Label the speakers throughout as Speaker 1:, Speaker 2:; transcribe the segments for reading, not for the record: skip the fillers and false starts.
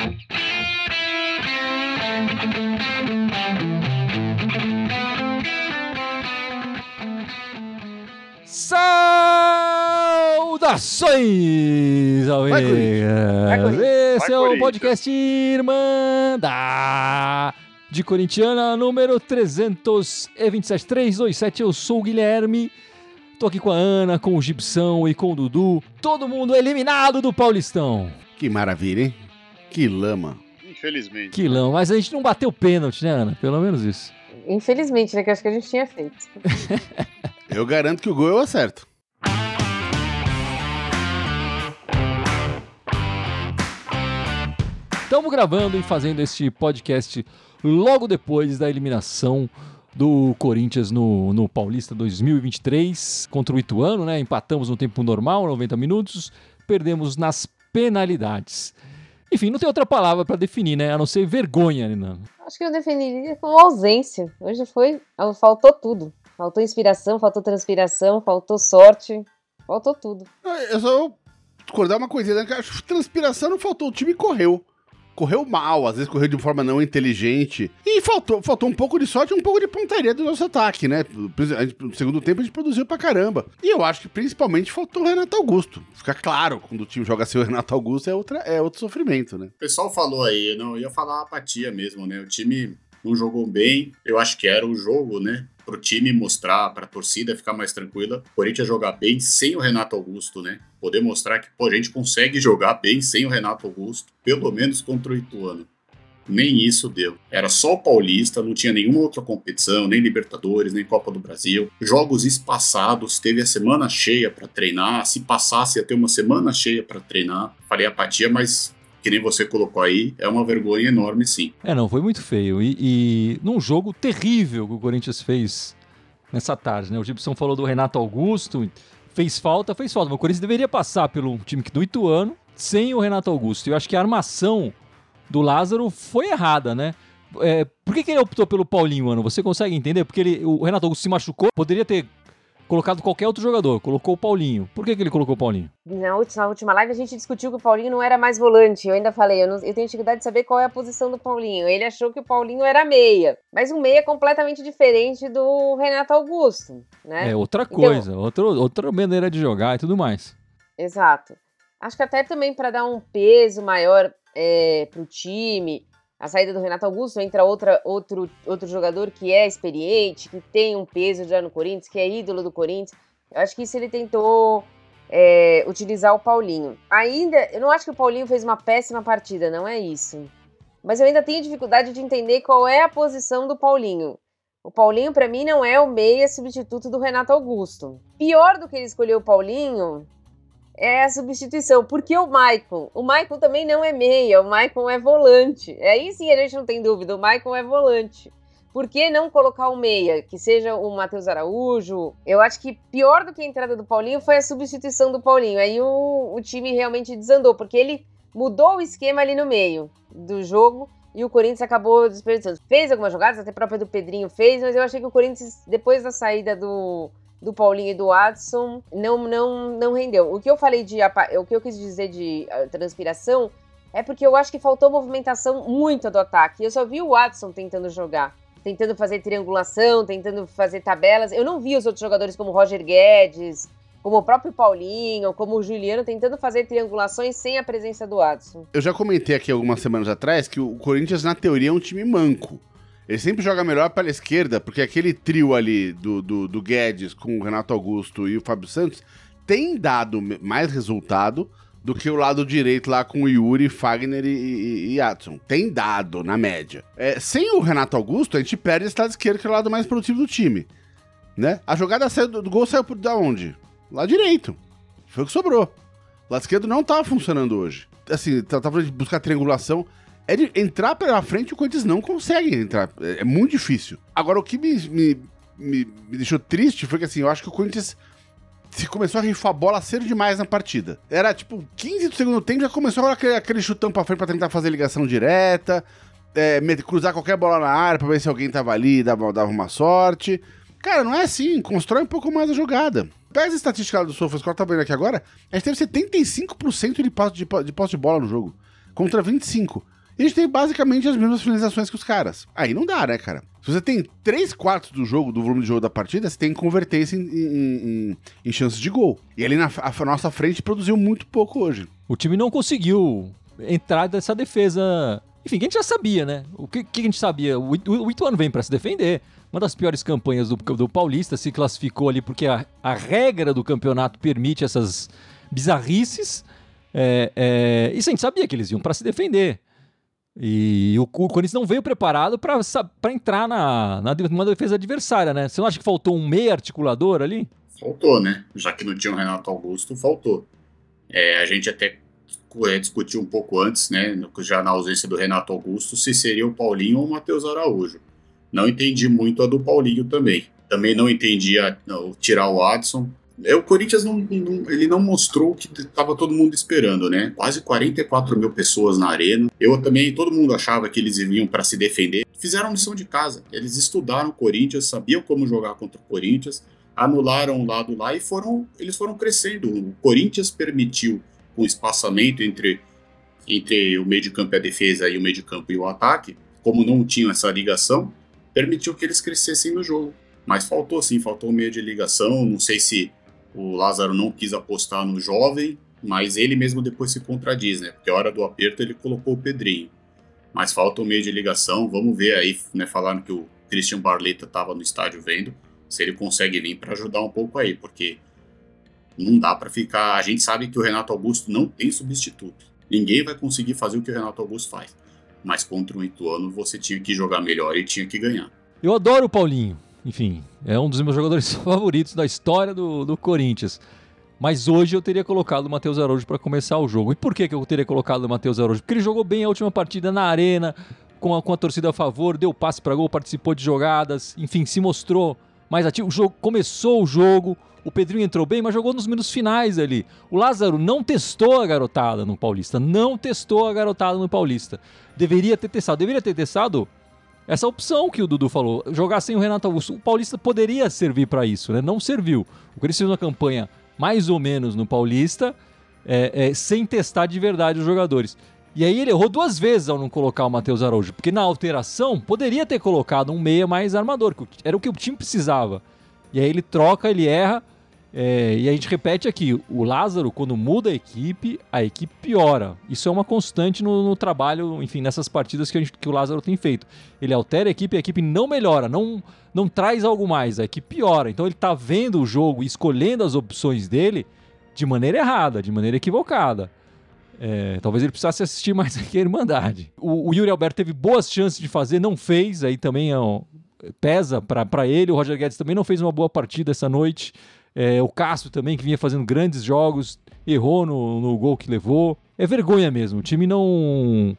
Speaker 1: Saudações, amigas! Esse é o podcast Irmandade de Corintiana, número 327, 327. Eu sou o Guilherme, tô aqui com a Ana, com o Gibson e com o Dudu. Todo mundo eliminado do Paulistão.
Speaker 2: Que maravilha, hein? Que lama.
Speaker 3: Infelizmente.
Speaker 1: Que lama, mas a gente não bateu pênalti, né, Ana? Pelo menos isso.
Speaker 4: Infelizmente, né? Que eu acho que a gente tinha feito.
Speaker 2: Eu garanto que o gol eu acerto.
Speaker 1: Estamos gravando e fazendo este podcast logo depois da eliminação do Corinthians no Paulista 2023 contra o Ituano, né? Empatamos no tempo normal, 90 minutos, perdemos nas penalidades. Enfim, não tem outra palavra para definir, né? A não ser vergonha, né?
Speaker 4: Acho que eu definiria como ausência. Hoje faltou tudo. Faltou inspiração, faltou transpiração, faltou sorte, faltou tudo.
Speaker 2: Eu só vou discordar uma coisinha, né? Acho que transpiração não faltou, o time correu. Correu mal, às vezes correu de forma não inteligente. E faltou um pouco de sorte e um pouco de pontaria do nosso ataque, né? No segundo tempo a gente produziu pra caramba. E eu acho que principalmente faltou o Renato Augusto. Fica claro, quando o time joga sem o Renato Augusto é outro sofrimento, né?
Speaker 3: O pessoal falou aí, eu ia falar apatia mesmo, né? O time não jogou bem, eu acho que era o jogo, né? Pro time mostrar, pra torcida ficar mais tranquila, o Corinthians jogar bem sem o Renato Augusto, né? Poder mostrar que, a gente consegue jogar bem sem o Renato Augusto, pelo menos contra o Ituano. Nem isso deu. Era só o Paulista, não tinha nenhuma outra competição, nem Libertadores, nem Copa do Brasil. Jogos espaçados, teve a semana cheia pra treinar, se passasse ia ter uma semana cheia pra treinar. Falei apatia, mas que nem você colocou aí, é uma vergonha enorme, sim.
Speaker 1: Não, foi muito feio. E num jogo terrível que o Corinthians fez nessa tarde, né? O Gibson falou do Renato Augusto, fez falta, mas o Corinthians deveria passar pelo time do Ituano sem o Renato Augusto. Eu acho que a armação do Lázaro foi errada, né? Por que ele optou pelo Paulinho, Ana? Você consegue entender? Porque o Renato Augusto se machucou, poderia ter colocado qualquer outro jogador, colocou o Paulinho. Por que ele colocou o Paulinho?
Speaker 4: Na última live a gente discutiu que o Paulinho não era mais volante. Eu ainda falei, eu tenho dificuldade de saber qual é a posição do Paulinho. Ele achou que o Paulinho era meia, mas um meia completamente diferente do Renato Augusto, né?
Speaker 1: É outra coisa, outra maneira de jogar e tudo mais.
Speaker 4: Exato. Acho que até também para dar um peso maior pro time, a saída do Renato Augusto, entra outro jogador que é experiente, que tem um peso já no Corinthians, que é ídolo do Corinthians. Eu acho que isso ele tentou utilizar o Paulinho. Eu não acho que o Paulinho fez uma péssima partida, não é isso. Mas eu ainda tenho dificuldade de entender qual é a posição do Paulinho. O Paulinho, para mim, não é o meia substituto do Renato Augusto. Pior do que ele escolher o Paulinho é a substituição, porque o Maicon também não é meia, o Maicon é volante. Aí sim a gente não tem dúvida, o Maicon é volante. Por que não colocar o meia, que seja o Matheus Araújo? Eu acho que pior do que a entrada do Paulinho foi a substituição do Paulinho. Aí o time realmente desandou, porque ele mudou o esquema ali no meio do jogo e o Corinthians acabou desperdiçando. Fez algumas jogadas, até a própria do Pedrinho fez, mas eu achei que o Corinthians, depois da saída do Paulinho e do Watson, não rendeu. O que eu quis dizer de transpiração é porque eu acho que faltou movimentação muito do ataque. Eu só vi o Watson tentando jogar, tentando fazer triangulação, tentando fazer tabelas. Eu não vi os outros jogadores como o Roger Guedes, como o próprio Paulinho, como o Juliano, tentando fazer triangulações sem a presença do Watson.
Speaker 2: Eu já comentei aqui algumas semanas atrás que o Corinthians, na teoria, é um time manco. Ele sempre joga melhor pela esquerda, porque aquele trio ali do Guedes com o Renato Augusto e o Fábio Santos tem dado mais resultado do que o lado direito lá com o Yuri, Fagner e Adson. Tem dado, na média. Sem o Renato Augusto, a gente perde esse lado esquerdo, que é o lado mais produtivo do time. Né? A jogada do gol saiu da onde? Lado direito. Foi o que sobrou. O lado esquerdo não tava funcionando hoje. Assim, tava de buscar triangulação. De entrar pela frente, o Corinthians não consegue entrar. É muito difícil. Agora, o que me deixou triste foi que, assim, eu acho que o Corinthians se começou a rifar a bola cedo demais na partida. Era, tipo, 15 do segundo tempo, já começou aquele chutão pra frente pra tentar fazer ligação direta, cruzar qualquer bola na área pra ver se alguém tava ali e dava uma sorte. Cara, não é assim. Constrói um pouco mais a jogada. Pega essa estatística lá do SofaScore, tá vendo aqui agora? A gente teve 75% de posse de bola no jogo. contra 25. E a gente tem basicamente as mesmas finalizações que os caras. Aí não dá, né, cara? Se você tem 3/4 do jogo, do volume de jogo da partida, você tem que converter isso em chances de gol. E ali a nossa frente produziu muito pouco hoje.
Speaker 1: O time não conseguiu entrar dessa defesa. Enfim, que a gente já sabia, né? O que a gente sabia? O Ituano vem pra se defender. Uma das piores campanhas do Paulista, se classificou ali porque a regra do campeonato permite essas bizarrices. Isso a gente sabia que eles iam pra se defender. E o Corinthians não veio preparado para entrar numa defesa adversária, né? Você não acha que faltou um meio articulador ali?
Speaker 3: Faltou, né? Já que não tinha o Renato Augusto, faltou. A gente até discutiu um pouco antes, né? Já na ausência do Renato Augusto, se seria o Paulinho ou o Matheus Araújo. Não entendi muito a do Paulinho também. Também não entendi tirar o Adson. O Corinthians ele não mostrou o que estava todo mundo esperando, né? Quase 44 mil pessoas na arena. Todo mundo achava que eles vinham para se defender. Fizeram missão de casa. Eles estudaram o Corinthians, sabiam como jogar contra o Corinthians, anularam um lado lá e eles foram crescendo. O Corinthians permitiu, com espaçamento entre o meio de campo e a defesa e o meio de campo e o ataque, como não tinham essa ligação, permitiu que eles crescessem no jogo. Mas faltou um meio de ligação. Não sei se o Lázaro não quis apostar no jovem, mas ele mesmo depois se contradiz, né? Porque a hora do aperto ele colocou o Pedrinho. Mas falta um meio de ligação. Vamos ver aí, né? Falaram que o Christian Barletta estava no estádio vendo, se ele consegue vir para ajudar um pouco aí, porque não dá para ficar... A gente sabe que o Renato Augusto não tem substituto. Ninguém vai conseguir fazer o que o Renato Augusto faz. Mas contra o Ituano você tinha que jogar melhor e tinha que ganhar.
Speaker 1: Eu adoro o Paulinho. Enfim, é um dos meus jogadores favoritos da história do Corinthians. Mas hoje eu teria colocado o Matheus Araújo para começar o jogo. E por que eu teria colocado o Matheus Araújo? Porque ele jogou bem a última partida na arena, com a torcida a favor, deu passe para gol, participou de jogadas, enfim, se mostrou mais ativo. Começou o jogo, o Pedrinho entrou bem, mas jogou nos minutos finais ali. O Lázaro não testou a garotada no Paulista. Deveria ter testado essa opção que o Dudu falou, jogar sem o Renato Augusto. O Paulista poderia servir para isso, né? Não serviu. O Corinthians fez uma campanha mais ou menos no Paulista, sem testar de verdade os jogadores. E aí ele errou 2 vezes ao não colocar o Matheus Araújo, porque na alteração poderia ter colocado um meia mais armador, que era o que o time precisava. E aí ele troca, ele erra, e a gente repete aqui, o Lázaro, quando muda a equipe piora. Isso é uma constante no trabalho, enfim, nessas partidas que o Lázaro tem feito. Ele altera a equipe não melhora, não traz algo mais, a equipe piora. Então ele tá vendo o jogo e escolhendo as opções dele de maneira errada, de maneira equivocada. Talvez ele precisasse assistir mais aqui a Irmandade. O Yuri Alberto teve boas chances de fazer, não fez, aí também pesa para ele. O Roger Guedes também não fez uma boa partida essa noite. O Cássio também, que vinha fazendo grandes jogos, errou no gol que levou. É vergonha mesmo, o time não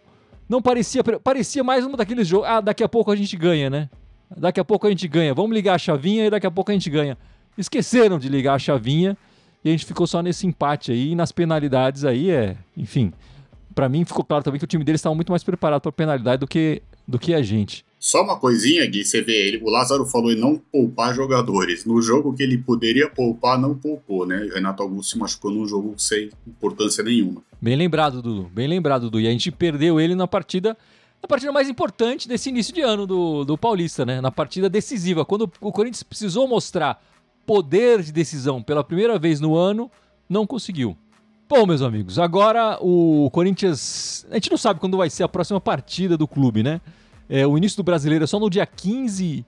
Speaker 1: parecia mais um daqueles jogos, daqui a pouco a gente ganha, né? Daqui a pouco a gente ganha, vamos ligar a chavinha e daqui a pouco a gente ganha. Esqueceram de ligar a chavinha e a gente ficou só nesse empate aí, e nas penalidades aí, enfim, pra mim ficou claro também que o time deles estava muito mais preparado pra penalidade do que a gente.
Speaker 3: Só uma coisinha, Gui, você vê, o Lázaro falou em não poupar jogadores. No jogo que ele poderia poupar, não poupou, né? O Renato Augusto se machucou num jogo sem importância nenhuma.
Speaker 1: Bem lembrado, Dudu. E a gente perdeu ele na partida mais importante desse início de ano do Paulista, né? Na partida decisiva, quando o Corinthians precisou mostrar poder de decisão pela primeira vez no ano, não conseguiu. Bom, meus amigos, agora o Corinthians... A gente não sabe quando vai ser a próxima partida do clube, né? O início do Brasileiro é só no dia 15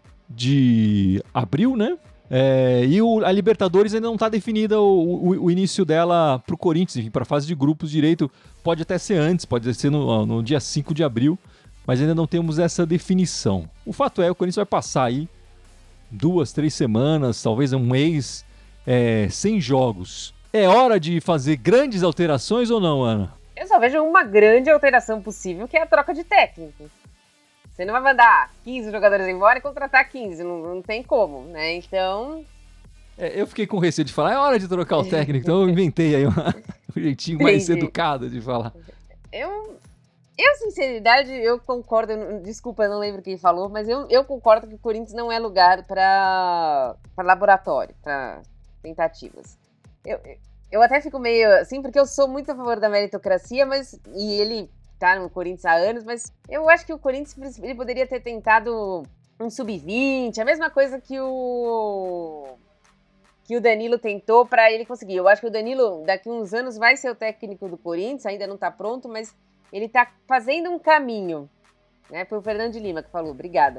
Speaker 1: de abril, né? E a Libertadores ainda não está definida o início dela para o Corinthians, enfim, para a fase de grupos direito. Pode até ser antes, pode ser no dia 5 de abril, mas ainda não temos essa definição. O fato é que o Corinthians vai passar aí 2, 3 semanas, talvez um mês, sem jogos. É hora de fazer grandes alterações ou não, Ana?
Speaker 4: Eu só vejo uma grande alteração possível, que é a troca de técnico. Você não vai mandar 15 jogadores embora e contratar 15, não tem como, né? Então...
Speaker 1: eu fiquei com receio de falar, é hora de trocar o técnico, então eu inventei aí um jeitinho mais educado de falar.
Speaker 4: Eu, sinceridade, eu concordo, desculpa, eu não lembro quem falou, mas eu concordo que o Corinthians não é lugar para laboratório, para tentativas. Eu até fico meio assim, porque eu sou muito a favor da meritocracia, e ele tá no Corinthians há anos, mas eu acho que o Corinthians ele poderia ter tentado um sub-20, a mesma coisa que o Danilo tentou para ele conseguir. Eu acho que o Danilo, daqui uns anos, vai ser o técnico do Corinthians, ainda não tá pronto, mas ele tá fazendo um caminho, né? Foi o Fernando de Lima que falou, obrigada.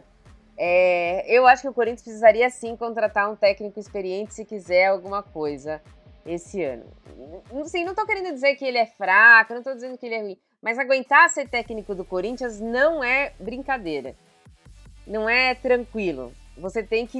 Speaker 4: Eu acho que o Corinthians precisaria sim contratar um técnico experiente se quiser alguma coisa esse ano. Sim, não tô querendo dizer que ele é fraco, não tô dizendo que ele é ruim, mas aguentar ser técnico do Corinthians não é brincadeira. Não é tranquilo. Você tem que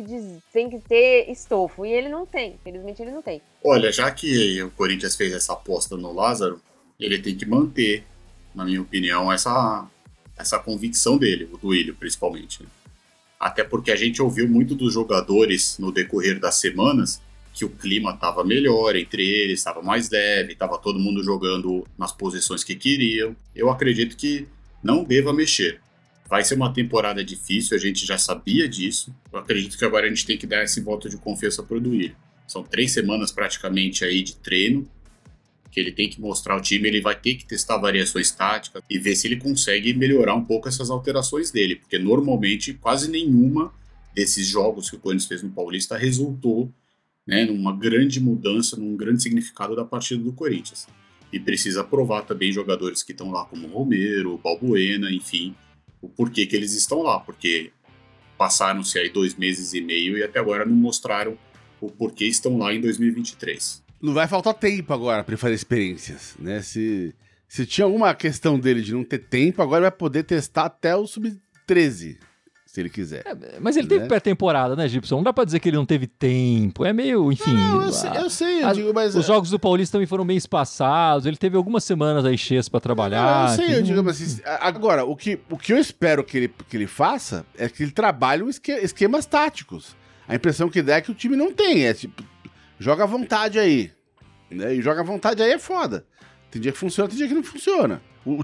Speaker 4: ter estofo, e ele não tem, infelizmente ele não tem.
Speaker 3: Olha, já que o Corinthians fez essa aposta no Lázaro, ele tem que manter, na minha opinião, essa convicção dele, o Duílio principalmente. Até porque a gente ouviu muito dos jogadores no decorrer das semanas que o clima estava melhor entre eles, estava mais leve, estava todo mundo jogando nas posições que queriam. Eu acredito que não deva mexer. Vai ser uma temporada difícil, a gente já sabia disso. Eu acredito que agora a gente tem que dar esse voto de confiança pro Duílio. São 3 semanas praticamente aí de treino, que ele tem que mostrar ao time, ele vai ter que testar variações táticas e ver se ele consegue melhorar um pouco essas alterações dele, porque normalmente quase nenhuma desses jogos que o Corinthians fez no Paulista resultou, né, numa grande mudança, num grande significado da partida do Corinthians. E precisa provar também jogadores que estão lá como o Romero, o Balbuena, enfim, o porquê que eles estão lá, porque passaram-se aí 2 meses e meio e até agora não mostraram o porquê estão lá em 2023.
Speaker 2: Não vai faltar tempo agora para ele fazer experiências, né? Se tinha alguma questão dele de não ter tempo, agora vai poder testar até o sub-13, se ele quiser.
Speaker 1: Mas ele teve pré-temporada, né, Gibson? Não dá pra dizer que ele não teve tempo. É meio, enfim...
Speaker 2: Não, eu sei, digo, mas...
Speaker 1: Os jogos do Paulista também foram meio espaçados, ele teve algumas semanas aí cheias pra trabalhar.
Speaker 2: Eu sei, eu digo, mas agora, o que eu espero que ele faça é que ele trabalhe esquemas táticos. A impressão que dá é que o time não tem, tipo, joga à vontade aí, né? E joga à vontade aí é foda. Tem dia que funciona, tem dia que não funciona.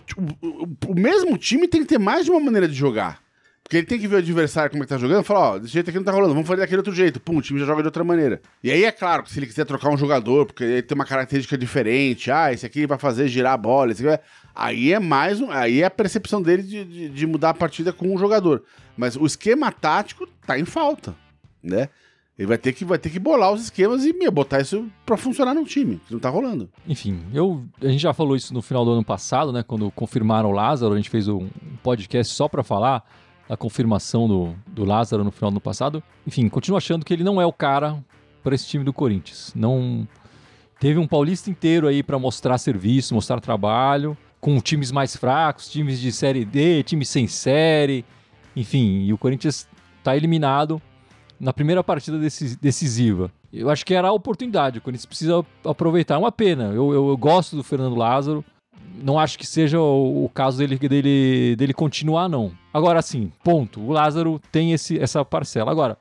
Speaker 2: O mesmo time tem que ter mais de uma maneira de jogar. Porque ele tem que ver o adversário como é que tá jogando e falar, desse jeito aqui não tá rolando, vamos fazer daquele outro jeito. Pum, o time já joga de outra maneira. E aí é claro que se ele quiser trocar um jogador, porque ele tem uma característica diferente, esse aqui vai fazer girar a bola, esse aqui aí é aí é a percepção dele de mudar a partida com um jogador. Mas o esquema tático tá em falta, né? Ele vai ter que bolar os esquemas e botar isso pra funcionar no time, que não tá rolando.
Speaker 1: Enfim, a gente já falou isso no final do ano passado, né? Quando confirmaram o Lázaro, a gente fez um podcast só pra falar a confirmação do Lázaro no final do ano passado. Enfim, continuo achando que ele não é o cara para esse time do Corinthians. Não teve um Paulista inteiro aí para mostrar serviço, mostrar trabalho, com times mais fracos, times de Série D, times sem série, enfim, e o Corinthians tá eliminado na primeira partida decisiva. Eu acho que era a oportunidade, o Corinthians precisa aproveitar. É uma pena, eu gosto do Fernando Lázaro, não acho que seja o caso dele continuar, não. Agora, sim, ponto. O Lázaro tem essa parcela. Agora,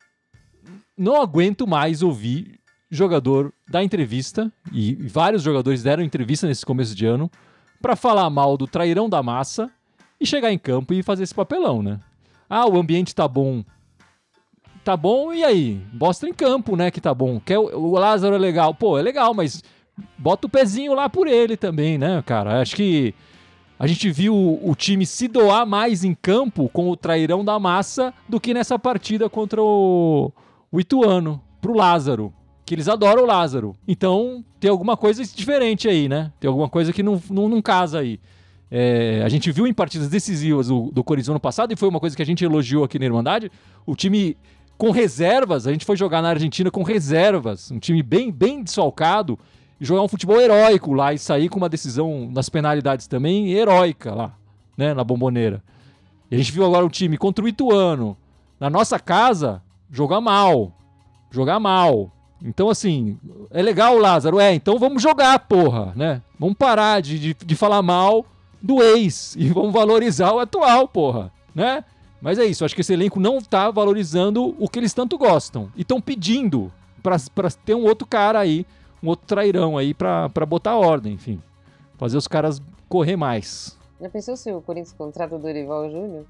Speaker 1: não aguento mais ouvir jogador dar entrevista, e vários jogadores deram entrevista nesse começo de ano, para falar mal do trairão da massa e chegar em campo e fazer esse papelão, né? O ambiente tá bom. Tá bom, e aí? Mostra em campo, né, que tá bom. O Lázaro é legal. Pô, é legal, mas... bota o pezinho lá por ele também, né, cara? Acho que a gente viu o time se doar mais em campo com o trairão da massa do que nessa partida contra o Ituano, pro Lázaro, que eles adoram o Lázaro. Então, tem alguma coisa diferente aí, né? Tem alguma coisa que não casa aí. A gente viu em partidas decisivas do Corinthians ano passado, e foi uma coisa que a gente elogiou aqui na Irmandade, o time com reservas, a gente foi jogar na Argentina com reservas, um time bem, bem desfalcado, e jogar um futebol heróico lá e sair com uma decisão nas penalidades também heróica lá, né, na Bombonera. E a gente viu agora o time contra o Ituano, na nossa casa, jogar mal. Então, assim, é legal o Lázaro, então vamos jogar, porra, né? Vamos parar de falar mal do ex e vamos valorizar o atual, porra, né? Mas é isso, acho que esse elenco não tá valorizando o que eles tanto gostam. E estão pedindo pra ter um outro cara aí, um outro trairão aí pra botar ordem, enfim. Fazer os caras correr mais.
Speaker 4: Já pensou se o Corinthians contrata o Dorival Júnior?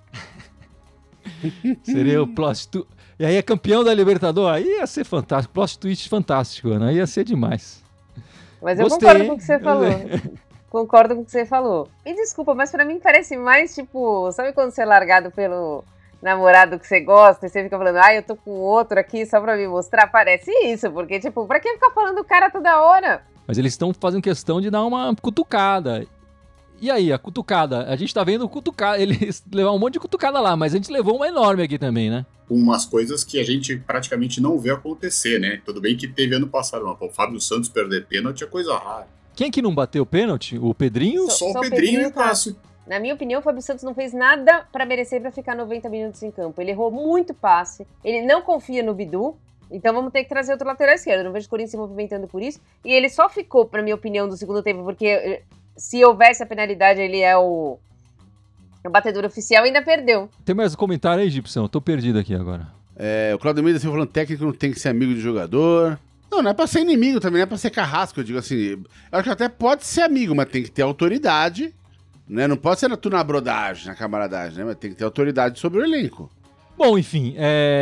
Speaker 1: Seria o plot twist. E aí é campeão da Libertadores? Aí ia ser fantástico. Plot twist fantástico, Ana. Aí ia ser demais.
Speaker 4: Mas eu concordo com o que você falou. Concordo com o que você falou. Me desculpa, mas pra mim parece mais tipo... Sabe quando você é largado pelo namorado que você gosta e você fica falando, eu tô com outro aqui só pra me mostrar? Parece isso, porque tipo, pra que ficar falando do cara toda hora?
Speaker 1: Mas eles estão fazendo questão de dar uma cutucada. E aí, a cutucada? A gente tá vendo cutucada, eles levaram um monte de cutucada lá, mas a gente levou uma enorme aqui também, né?
Speaker 3: Umas coisas que a gente praticamente não vê acontecer, né? Tudo bem que teve ano passado, mas o Fábio Santos perder pênalti é coisa rara.
Speaker 1: Quem que não bateu o pênalti? O Pedrinho?
Speaker 3: Só o Pedrinho e o Cássio.
Speaker 4: Na minha opinião, o Fábio Santos não fez nada pra merecer pra ficar 90 minutos em campo. Ele errou muito passe, ele não confia no Bidu, então vamos ter que trazer outro lateral esquerdo. Eu não vejo o Corinthians se movimentando por isso. E ele só ficou, pra minha opinião, do segundo tempo, porque se houvesse a penalidade, ele é o batedor oficial e ainda perdeu.
Speaker 1: Tem mais um comentário aí, Gibson? Eu tô perdido aqui agora.
Speaker 2: O Claudio Mendes falando técnico não tem que ser amigo de jogador. Não é pra ser inimigo também, não é pra ser carrasco, eu digo assim. Eu acho que até pode ser amigo, mas tem que ter autoridade, né? Não pode ser na brodagem, na camaradagem, né? Mas tem que ter autoridade sobre o elenco.
Speaker 1: Bom, enfim,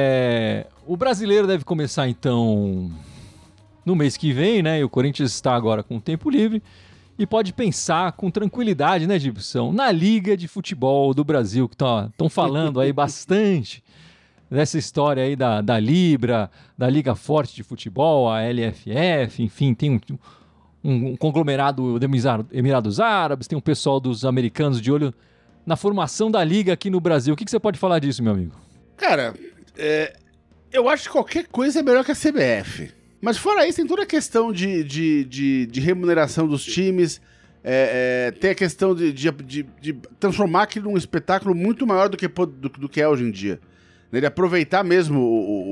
Speaker 1: o brasileiro deve começar então no mês que vem, né? E o Corinthians está agora com tempo livre e pode pensar com tranquilidade, né, Gibson, na Liga de Futebol do Brasil, que estão falando aí bastante dessa história aí da Libra, da Liga Forte de Futebol, a LFF, enfim, tem um conglomerado dos Emirados Árabes, tem um pessoal dos americanos de olho na formação da Liga aqui no Brasil. O que você pode falar disso, meu amigo?
Speaker 2: Cara, eu acho que qualquer coisa é melhor que a CBF. Mas fora isso, tem toda a questão de remuneração dos times, tem a questão de transformar aquilo num espetáculo muito maior do que é hoje em dia. Né? De aproveitar mesmo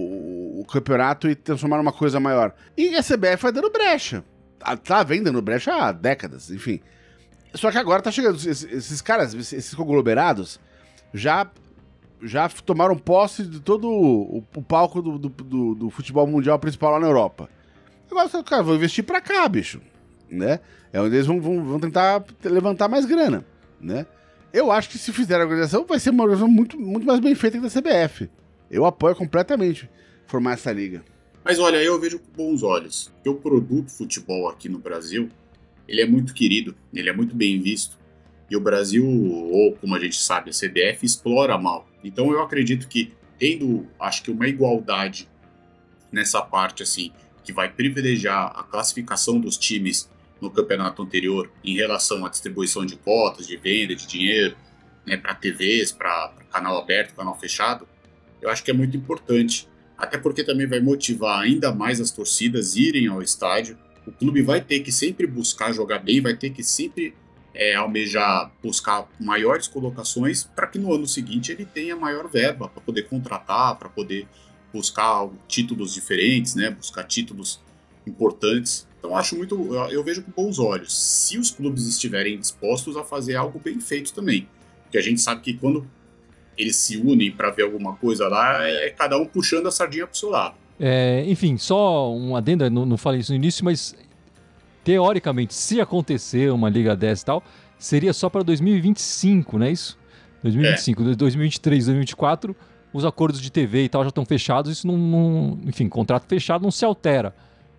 Speaker 2: o campeonato e transformar numa coisa maior. E a CBF vai dando brecha. Vem dando brecha há décadas, enfim. Só que agora tá chegando, esses caras, esses conglomerados, já tomaram posse de todo o palco do futebol mundial principal lá na Europa. Agora os caras vão investir pra cá, bicho, né? É onde eles vão tentar levantar mais grana, né? Eu acho que se fizer a organização, vai ser uma organização muito, muito mais bem feita que a da CBF. Eu apoio completamente formar essa liga.
Speaker 3: Mas olha, eu vejo com bons olhos, porque o produto futebol aqui no Brasil, ele é muito querido, ele é muito bem visto. E o Brasil, ou como a gente sabe, a CBF explora mal. Então eu acredito que tendo, acho que uma igualdade nessa parte, assim, que vai privilegiar a classificação dos times no campeonato anterior em relação à distribuição de cotas, de venda, de dinheiro, né, para TVs, para canal aberto, canal fechado, eu acho que é muito importante. Até porque também vai motivar ainda mais as torcidas irem ao estádio. O clube vai ter que sempre buscar jogar bem, vai ter que sempre almejar buscar maiores colocações para que no ano seguinte ele tenha maior verba para poder contratar, para poder buscar títulos diferentes, né, buscar títulos importantes. Então eu vejo com bons olhos, se os clubes estiverem dispostos a fazer algo bem feito também. Porque a gente sabe que quando eles se unem para ver alguma coisa lá, é cada um puxando a sardinha pro seu lado.
Speaker 1: Enfim, só um adendo, não falei isso no início, mas teoricamente, se acontecer uma liga dessa e tal, seria só para 2025, não é isso? 2025, 2023, 2024, os acordos de TV e tal já estão fechados, isso enfim, contrato fechado não se altera.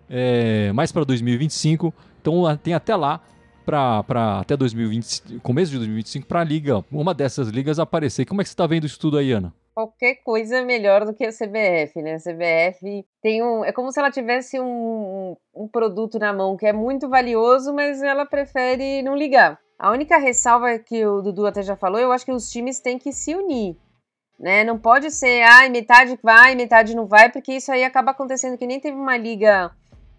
Speaker 1: Mais para 2025, então tem até lá, até 2020, começo de 2025, para a liga, uma dessas ligas aparecer. Como é que você está vendo isso tudo aí, Ana?
Speaker 4: Qualquer coisa é melhor do que a CBF, né? A CBF tem é como se ela tivesse um produto na mão que é muito valioso, mas ela prefere não ligar. A única ressalva que o Dudu até já falou, eu acho que os times têm que se unir, né? Não pode ser, metade vai, metade não vai, porque isso aí acaba acontecendo que nem teve uma liga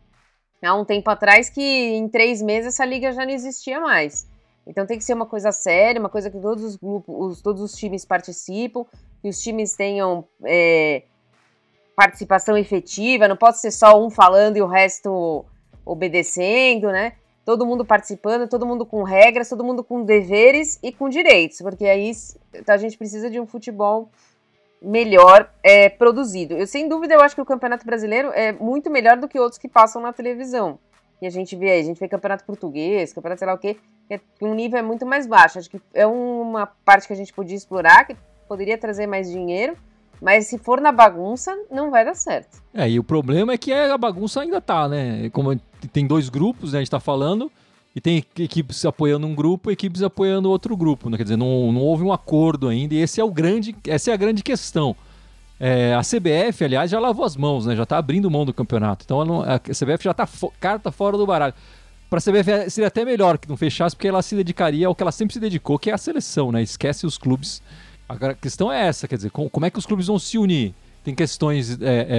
Speaker 4: há um tempo atrás que em 3 meses essa liga já não existia mais. Então tem que ser uma coisa séria, uma coisa que todos os grupos, todos os times participam, que os times tenham participação efetiva, não pode ser só um falando e o resto obedecendo, né? Todo mundo participando, todo mundo com regras, todo mundo com deveres e com direitos, porque aí a gente precisa de um futebol melhor produzido. Sem dúvida, eu acho que o Campeonato Brasileiro é muito melhor do que outros que passam na televisão. E a gente vê Campeonato Português, Campeonato sei lá o quê, que um nível é muito mais baixo. Acho que é uma parte que a gente podia explorar, que poderia trazer mais dinheiro, mas se for na bagunça, não vai dar certo.
Speaker 1: E o problema é que a bagunça ainda tá, né? Como tem 2 grupos, né, a gente tá falando, e tem equipes apoiando um grupo e equipes apoiando outro grupo, né? Quer dizer, não houve um acordo ainda, e essa é a grande questão. A CBF, aliás, já lavou as mãos, né? Já está abrindo mão do campeonato. Então a CBF já está carta fora do baralho. Para a CBF seria até melhor que não fechasse, porque ela se dedicaria ao que ela sempre se dedicou, que é a seleção, né? Esquece os clubes. Agora, a questão é essa, quer dizer, como é que os clubes vão se unir? Tem questões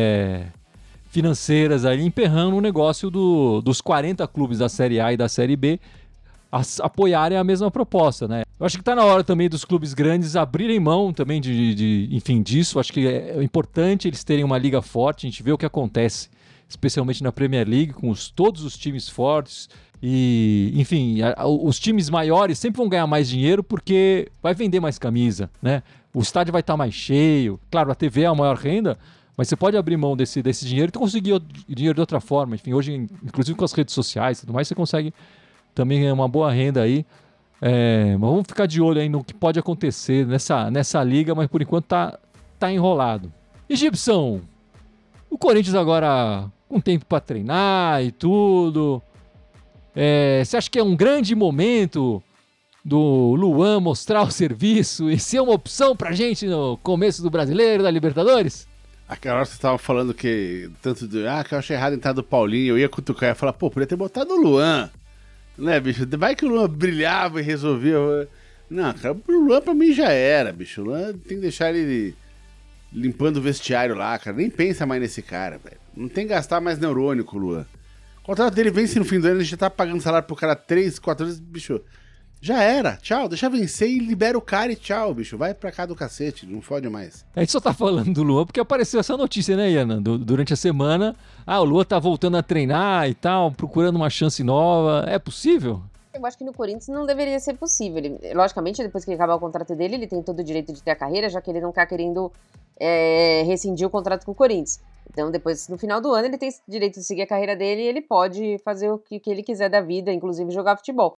Speaker 1: financeiras aí emperrando o negócio dos 40 clubes da Série A e da Série B apoiarem a mesma proposta, né? Eu acho que está na hora também dos clubes grandes abrirem mão também enfim, disso. Acho que é importante eles terem uma liga forte. A gente vê o que acontece, especialmente na Premier League, com todos os times fortes. E, enfim, os times maiores sempre vão ganhar mais dinheiro porque vai vender mais camisa, né? O estádio vai estar mais cheio. Claro, a TV é a maior renda, mas você pode abrir mão desse dinheiro e conseguir dinheiro de outra forma. Enfim, hoje, inclusive com as redes sociais e tudo mais, você consegue também uma boa renda aí. Mas vamos ficar de olho aí no que pode acontecer nessa liga, mas por enquanto tá enrolado. E Gibson, o Corinthians agora com tempo para treinar e tudo. Você acha que é um grande momento do Luan mostrar o serviço e ser uma opção pra gente no começo do Brasileiro, da Libertadores?
Speaker 2: Aquela hora que você tava falando que que eu achei errado entrar do Paulinho, eu ia cutucar e falar, podia ter botado o Luan. Né, bicho? Vai que o Luan brilhava e resolvia. Não, cara, o Luan pra mim já era, bicho. O Luan tem que deixar ele limpando o vestiário lá, cara. Nem pensa mais nesse cara, velho. Não tem que gastar mais neurônio com o Luan. O contrato dele vence no fim do ano, ele já tá pagando salário pro cara 3, 4 vezes, bicho. Já era, tchau, deixa vencer e libera o cara e tchau, bicho. Vai pra cá do cacete, não fode mais.
Speaker 1: A gente só tá falando do Luan porque apareceu essa notícia, né, Iana? Durante a semana, o Luan tá voltando a treinar e tal, procurando uma chance nova. É possível?
Speaker 4: Eu acho que no Corinthians não deveria ser possível. Logicamente, depois que acabar o contrato dele, ele tem todo o direito de ter a carreira, já que ele não tá querendo rescindir o contrato com o Corinthians. Então, depois, no final do ano, ele tem direito de seguir a carreira dele e ele pode fazer o que ele quiser da vida, inclusive jogar futebol.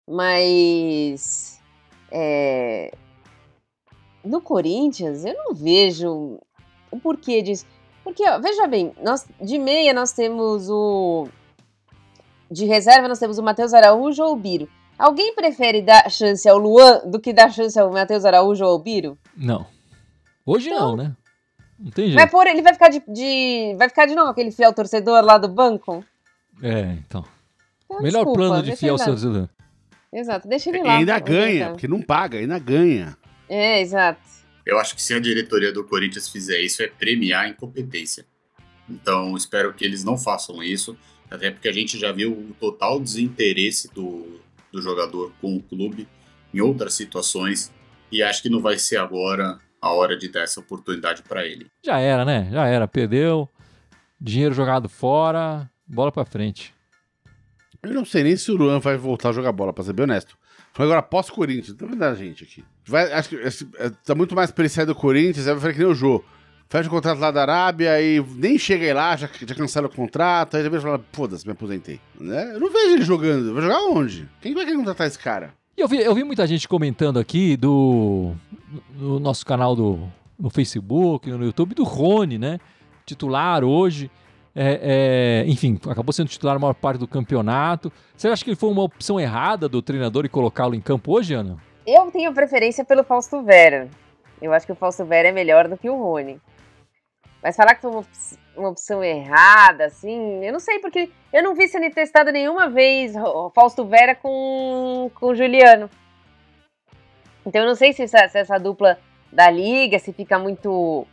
Speaker 4: Mas no Corinthians, eu não vejo o porquê disso. Porque, ó, veja bem, de meia nós temos de reserva nós temos o Matheus Araújo ou o Biro. Alguém prefere dar chance ao Luan do que dar chance ao Matheus Araújo ou ao Biro?
Speaker 1: Não. Hoje então, não, né? Não tem jeito.
Speaker 4: Ele vai ficar de novo aquele fiel torcedor lá do banco?
Speaker 1: Então. Melhor plano de fiel torcedor.
Speaker 4: Exato, deixa ele
Speaker 2: E
Speaker 4: lá.
Speaker 2: ainda ganha, porque não paga, ainda ganha.
Speaker 4: Exato.
Speaker 3: Eu acho que se a diretoria do Corinthians fizer isso, é premiar a incompetência. Então, espero que eles não façam isso, até porque a gente já viu o total desinteresse do jogador com o clube em outras situações, e acho que não vai ser agora a hora de dar essa oportunidade para ele.
Speaker 1: Já era, né? Já era. Perdeu, dinheiro jogado fora, bola pra frente.
Speaker 2: Eu não sei nem se o Luan vai voltar a jogar bola, pra ser bem honesto. Foi agora pós-Corinthians, tá vendo a gente aqui? Acho que tá muito mais preciado do Corinthians, aí vai fazer que nem o Jô. Fecha o contrato lá da Arábia e nem chega aí lá, já cancela o contrato, aí já vejo falar, foda-se, me aposentei. Né? Eu não vejo ele jogando, vai jogar onde? Quem vai querer contratar esse cara?
Speaker 1: E eu vi muita gente comentando aqui no nosso canal no Facebook, no YouTube, do Rony, né? Titular hoje. Enfim, acabou sendo titular a maior parte do campeonato. Você acha que foi uma opção errada do treinador e colocá-lo em campo hoje, Ana?
Speaker 4: Eu tenho preferência pelo Fausto Vera. Eu acho que o Fausto Vera é melhor do que o Rony. Mas falar que foi uma opção errada, assim, eu não sei, porque eu não vi sendo testado nenhuma vez o Fausto Vera com o Juliano. Então eu não sei se essa dupla da liga, se fica muito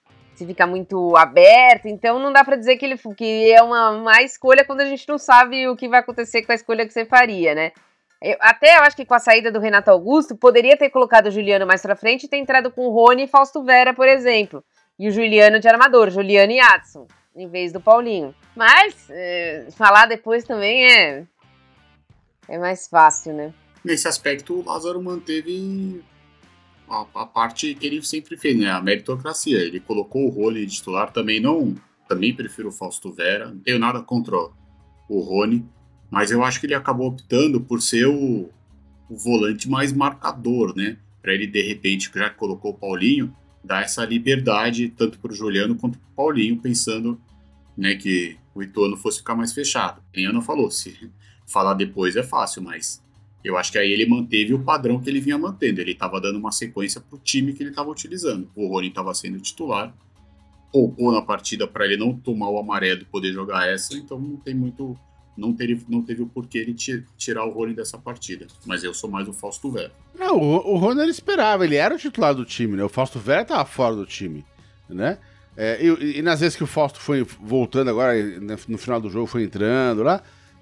Speaker 4: aberto, então não dá pra dizer que é uma má escolha quando a gente não sabe o que vai acontecer com a escolha que você faria, né? Eu acho que com a saída do Renato Augusto, poderia ter colocado o Juliano mais pra frente e ter entrado com o Rony e Fausto Vera, por exemplo. E o Juliano de armador, Juliano e Adson, em vez do Paulinho. Mas, falar depois também é mais fácil, né?
Speaker 3: Nesse aspecto, o Lázaro manteve a parte que ele sempre fez, né? A meritocracia. Ele colocou o Rony de titular, também prefiro o Fausto Vera, não tenho nada contra o Rony, mas eu acho que ele acabou optando por ser o volante mais marcador, né? Para ele, de repente, já que colocou o Paulinho, dar essa liberdade tanto para o Juliano quanto para o Paulinho, pensando, né, que o Ituano fosse ficar mais fechado. A Ana falou, se falar depois é fácil, mas Eu acho que aí ele manteve o padrão que ele vinha mantendo. Ele estava dando uma sequência para o time que ele estava utilizando. O Rony estava sendo titular, poupou na partida para ele não tomar o amarelo e poder jogar essa, então não tem muito... Não teve o porquê ele tirar o Rony dessa partida. Mas eu sou mais o Fausto Vera.
Speaker 2: Não, o Rony ele esperava, ele era o titular do time, né? O Fausto Vera estava fora do time, né? E nas vezes que o Fausto foi voltando agora, no final do jogo foi entrando lá,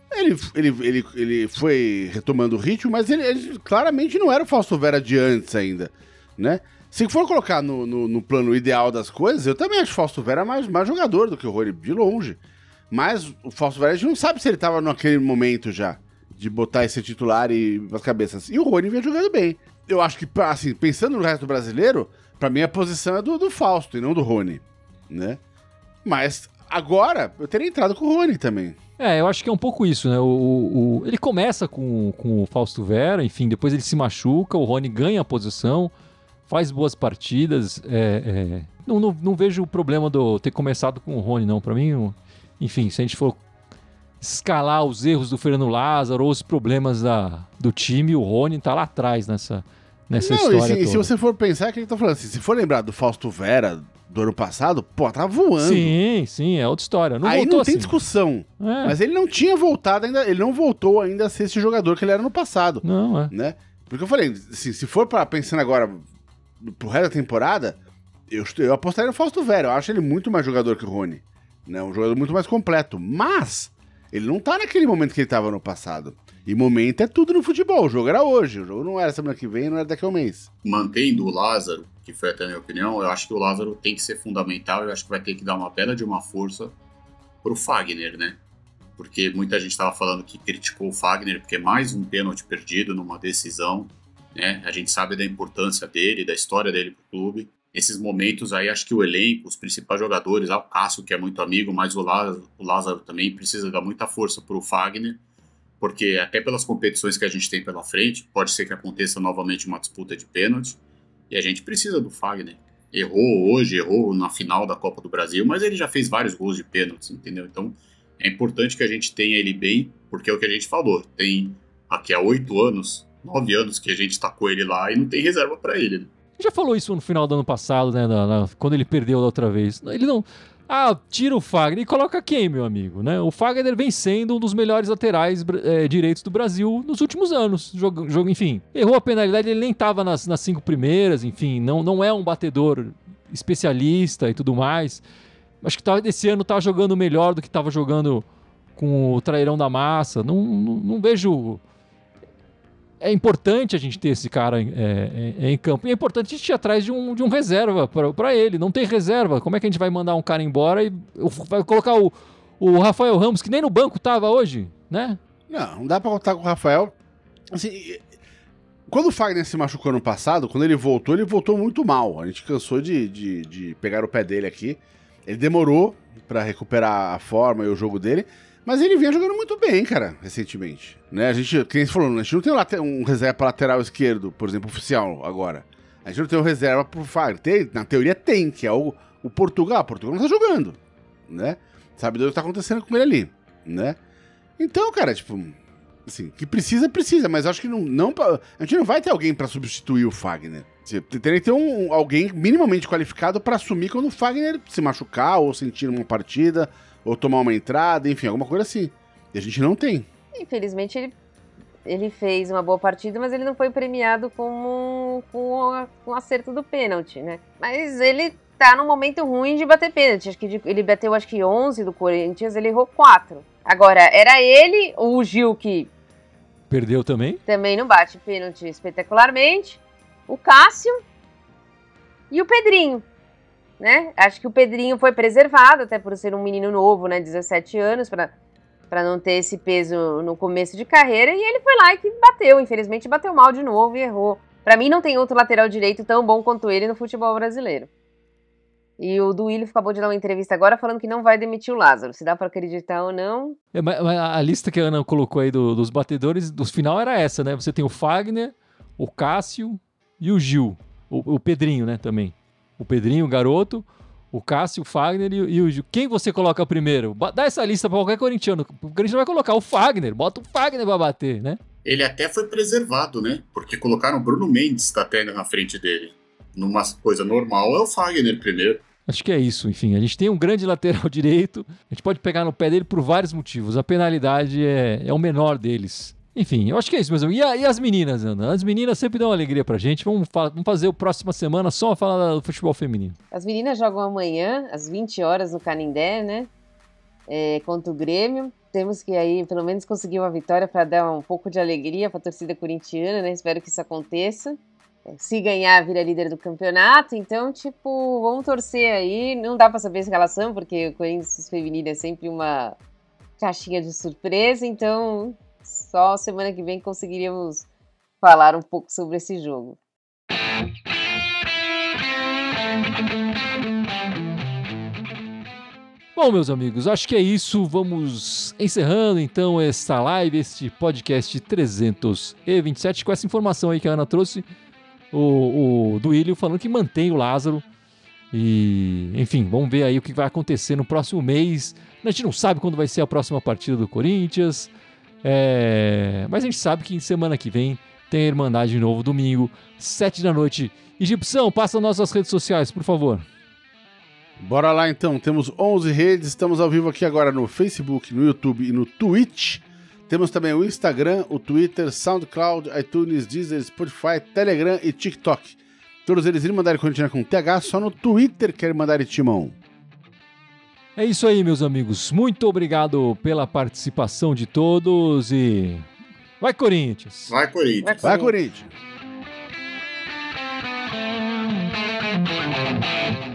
Speaker 2: ele foi retomando o ritmo, mas ele claramente não era o Fausto Vera de antes ainda, né? Se for colocar no plano ideal das coisas, eu também acho o Fausto Vera mais jogador do que o Rony, de longe. Mas o Fausto Vera, a gente não sabe se ele tava naquele momento já, de botar esse titular e as cabeças. E o Rony vinha jogando bem. Eu acho que, assim, pensando no resto do brasileiro, pra mim a posição é do Fausto e não do Rony, né? Mas agora eu teria entrado com o Rony também.
Speaker 1: Eu acho que é um pouco isso, né? Ele começa com o Fausto Vera, enfim, depois ele se machuca, o Rony ganha a posição, faz boas partidas. Não vejo o problema de ter começado com o Rony, não. Pra mim, enfim, se a gente for escalar os erros do Fernando Lázaro ou os problemas do time, o Rony tá lá atrás nessa história toda.
Speaker 2: Se você for pensar, é que a gente tá falando assim, se for lembrar do Fausto Vera do ano passado, tava voando.
Speaker 1: Sim, é outra história.
Speaker 2: Aí não tem discussão. Mas ele não tinha voltado ainda, ele não voltou ainda a ser esse jogador que ele era no passado.
Speaker 1: Não,
Speaker 2: né? Porque eu falei, assim, se for pensando agora pro resto da temporada, eu apostaria no Fausto Vera. Eu acho ele muito mais jogador que o Rony. Né? Um jogador muito mais completo. Mas ele não tá naquele momento que ele tava no passado. E momento é tudo no futebol. O jogo era hoje. O jogo não era semana que vem, não era daqui a um mês.
Speaker 3: Mantendo o Lázaro, que foi até a minha opinião, eu acho que o Lázaro tem que ser fundamental. Eu acho que vai ter que dar uma bela de uma força pro Fagner, né? Porque muita gente estava falando que criticou o Fagner porque é mais um pênalti perdido numa decisão, né? A gente sabe da importância dele, da história dele pro clube. Nesses momentos aí, acho que o elenco, os principais jogadores, o Cássio, que é muito amigo, mas o Lázaro também precisa dar muita força pro Fagner, porque até pelas competições que a gente tem pela frente, pode ser que aconteça novamente uma disputa de pênalti, e a gente precisa do Fagner. Errou na final da Copa do Brasil, mas ele já fez vários gols de pênaltis, entendeu? Então, é importante que a gente tenha ele bem, porque é o que a gente falou, tem aqui há 9 anos que a gente tacou ele lá e não tem reserva para ele, né?
Speaker 1: Já falou isso no final do ano passado, né? Quando ele perdeu da outra vez. Ele não... tira o Fagner e coloca quem, meu amigo? Né? O Fagner vem sendo um dos melhores laterais direitos do Brasil nos últimos anos. Enfim, errou a penalidade, ele nem estava nas 5 primeiras, enfim, não é um batedor especialista e tudo mais. Acho que esse ano tá jogando melhor do que estava jogando com o Trairão da Massa. Não vejo... É importante a gente ter esse cara em campo. E é importante a gente ir atrás de um reserva para ele. Não tem reserva. Como é que a gente vai mandar um cara embora e vai colocar o Rafael Ramos, que nem no banco tava hoje, né?
Speaker 2: Não dá pra contar com o Rafael. Assim, quando o Fagner se machucou no passado, quando ele voltou muito mal. A gente cansou de pegar o pé dele aqui. Ele demorou pra recuperar a forma e o jogo dele. Mas ele vinha jogando muito bem, cara, recentemente. Né? A gente, quem falou, a gente não tem um reserva para lateral esquerdo, por exemplo, oficial agora. A gente não tem um reserva pro Fagner. Na teoria tem, que é o Portugal. O Portugal não tá jogando, né? Sabe do que tá acontecendo com ele ali, né? Então, cara, tipo, assim, que precisa, mas acho que a gente não vai ter alguém para substituir o Fagner. Você teria que ter alguém minimamente qualificado para assumir quando o Fagner se machucar ou sentir uma partida... ou tomar uma entrada, enfim, alguma coisa assim. E a gente não tem.
Speaker 4: Infelizmente, ele fez uma boa partida, mas ele não foi premiado com o acerto do pênalti, né? Mas ele tá num momento ruim de bater pênalti. Acho que ele bateu 11 do Corinthians, ele errou 4. Agora, era ele, o Gil, que...
Speaker 1: perdeu também?
Speaker 4: Também não bate pênalti espetacularmente. O Cássio e o Pedrinho. Né? Acho que o Pedrinho foi preservado, até por ser um menino novo, né, 17 anos, para não ter esse peso no começo de carreira, e ele foi lá e bateu, infelizmente bateu mal de novo e errou. Para mim não tem outro lateral direito tão bom quanto ele no futebol brasileiro. E o Duílio acabou de dar uma entrevista agora falando que não vai demitir o Lázaro, se dá para acreditar ou não.
Speaker 1: Mas a lista que a Ana colocou aí dos batedores, do final era essa, né? Você tem o Fagner, o Cássio e o Gil, o Pedrinho, né, também. O Pedrinho, o garoto, o Cássio, o Fagner e o Gil. Quem você coloca primeiro? Dá essa lista pra qualquer corintiano. O Corinthians vai colocar o Fagner. Bota o Fagner pra bater, né?
Speaker 3: Ele até foi preservado, né? Porque colocaram o Bruno Mendes até na frente dele. Numa coisa normal, é o Fagner primeiro.
Speaker 1: Acho que é isso, enfim. A gente tem um grande lateral direito, a gente pode pegar no pé dele por vários motivos. A penalidade é o menor deles. Enfim, eu acho que é isso mesmo. E as meninas, Ana? As meninas sempre dão alegria pra gente. Vamos fazer a próxima semana só falar do futebol feminino.
Speaker 4: As meninas jogam amanhã, às 20 horas, no Canindé, né? Contra o Grêmio. Temos que aí, pelo menos, conseguir uma vitória para dar um pouco de alegria pra torcida corintiana, né? Espero que isso aconteça. Se ganhar, vira líder do campeonato. Então, vamos torcer aí. Não dá pra saber essa relação, porque o Corinthians feminino é sempre uma caixinha de surpresa. Então, só semana que vem conseguiríamos falar um pouco sobre esse jogo.
Speaker 1: Bom, meus amigos, acho que é isso. Vamos encerrando então esta live, este podcast 327, com essa informação aí que a Ana trouxe, o Duílio falando que mantém o Lázaro. E, enfim, vamos ver aí o que vai acontecer no próximo mês. A gente não sabe quando vai ser a próxima partida do Corinthians, mas a gente sabe que semana que vem tem a Irmandade de novo, domingo, 7 da noite. E Gibson, passa nas nossas redes sociais, por favor.
Speaker 2: Bora lá então, temos 11 redes, estamos ao vivo aqui agora no Facebook, no YouTube e no Twitch. Temos também o Instagram, o Twitter, SoundCloud, iTunes, Deezer, Spotify, Telegram e TikTok. Todos eles Irmandade Corintiana com TH, só no Twitter que é Irmandade Timão.
Speaker 1: É isso aí, meus amigos. Muito obrigado pela participação de todos e... Vai, Corinthians!
Speaker 3: Vai, Corinthians!
Speaker 2: Vai, Corinthians!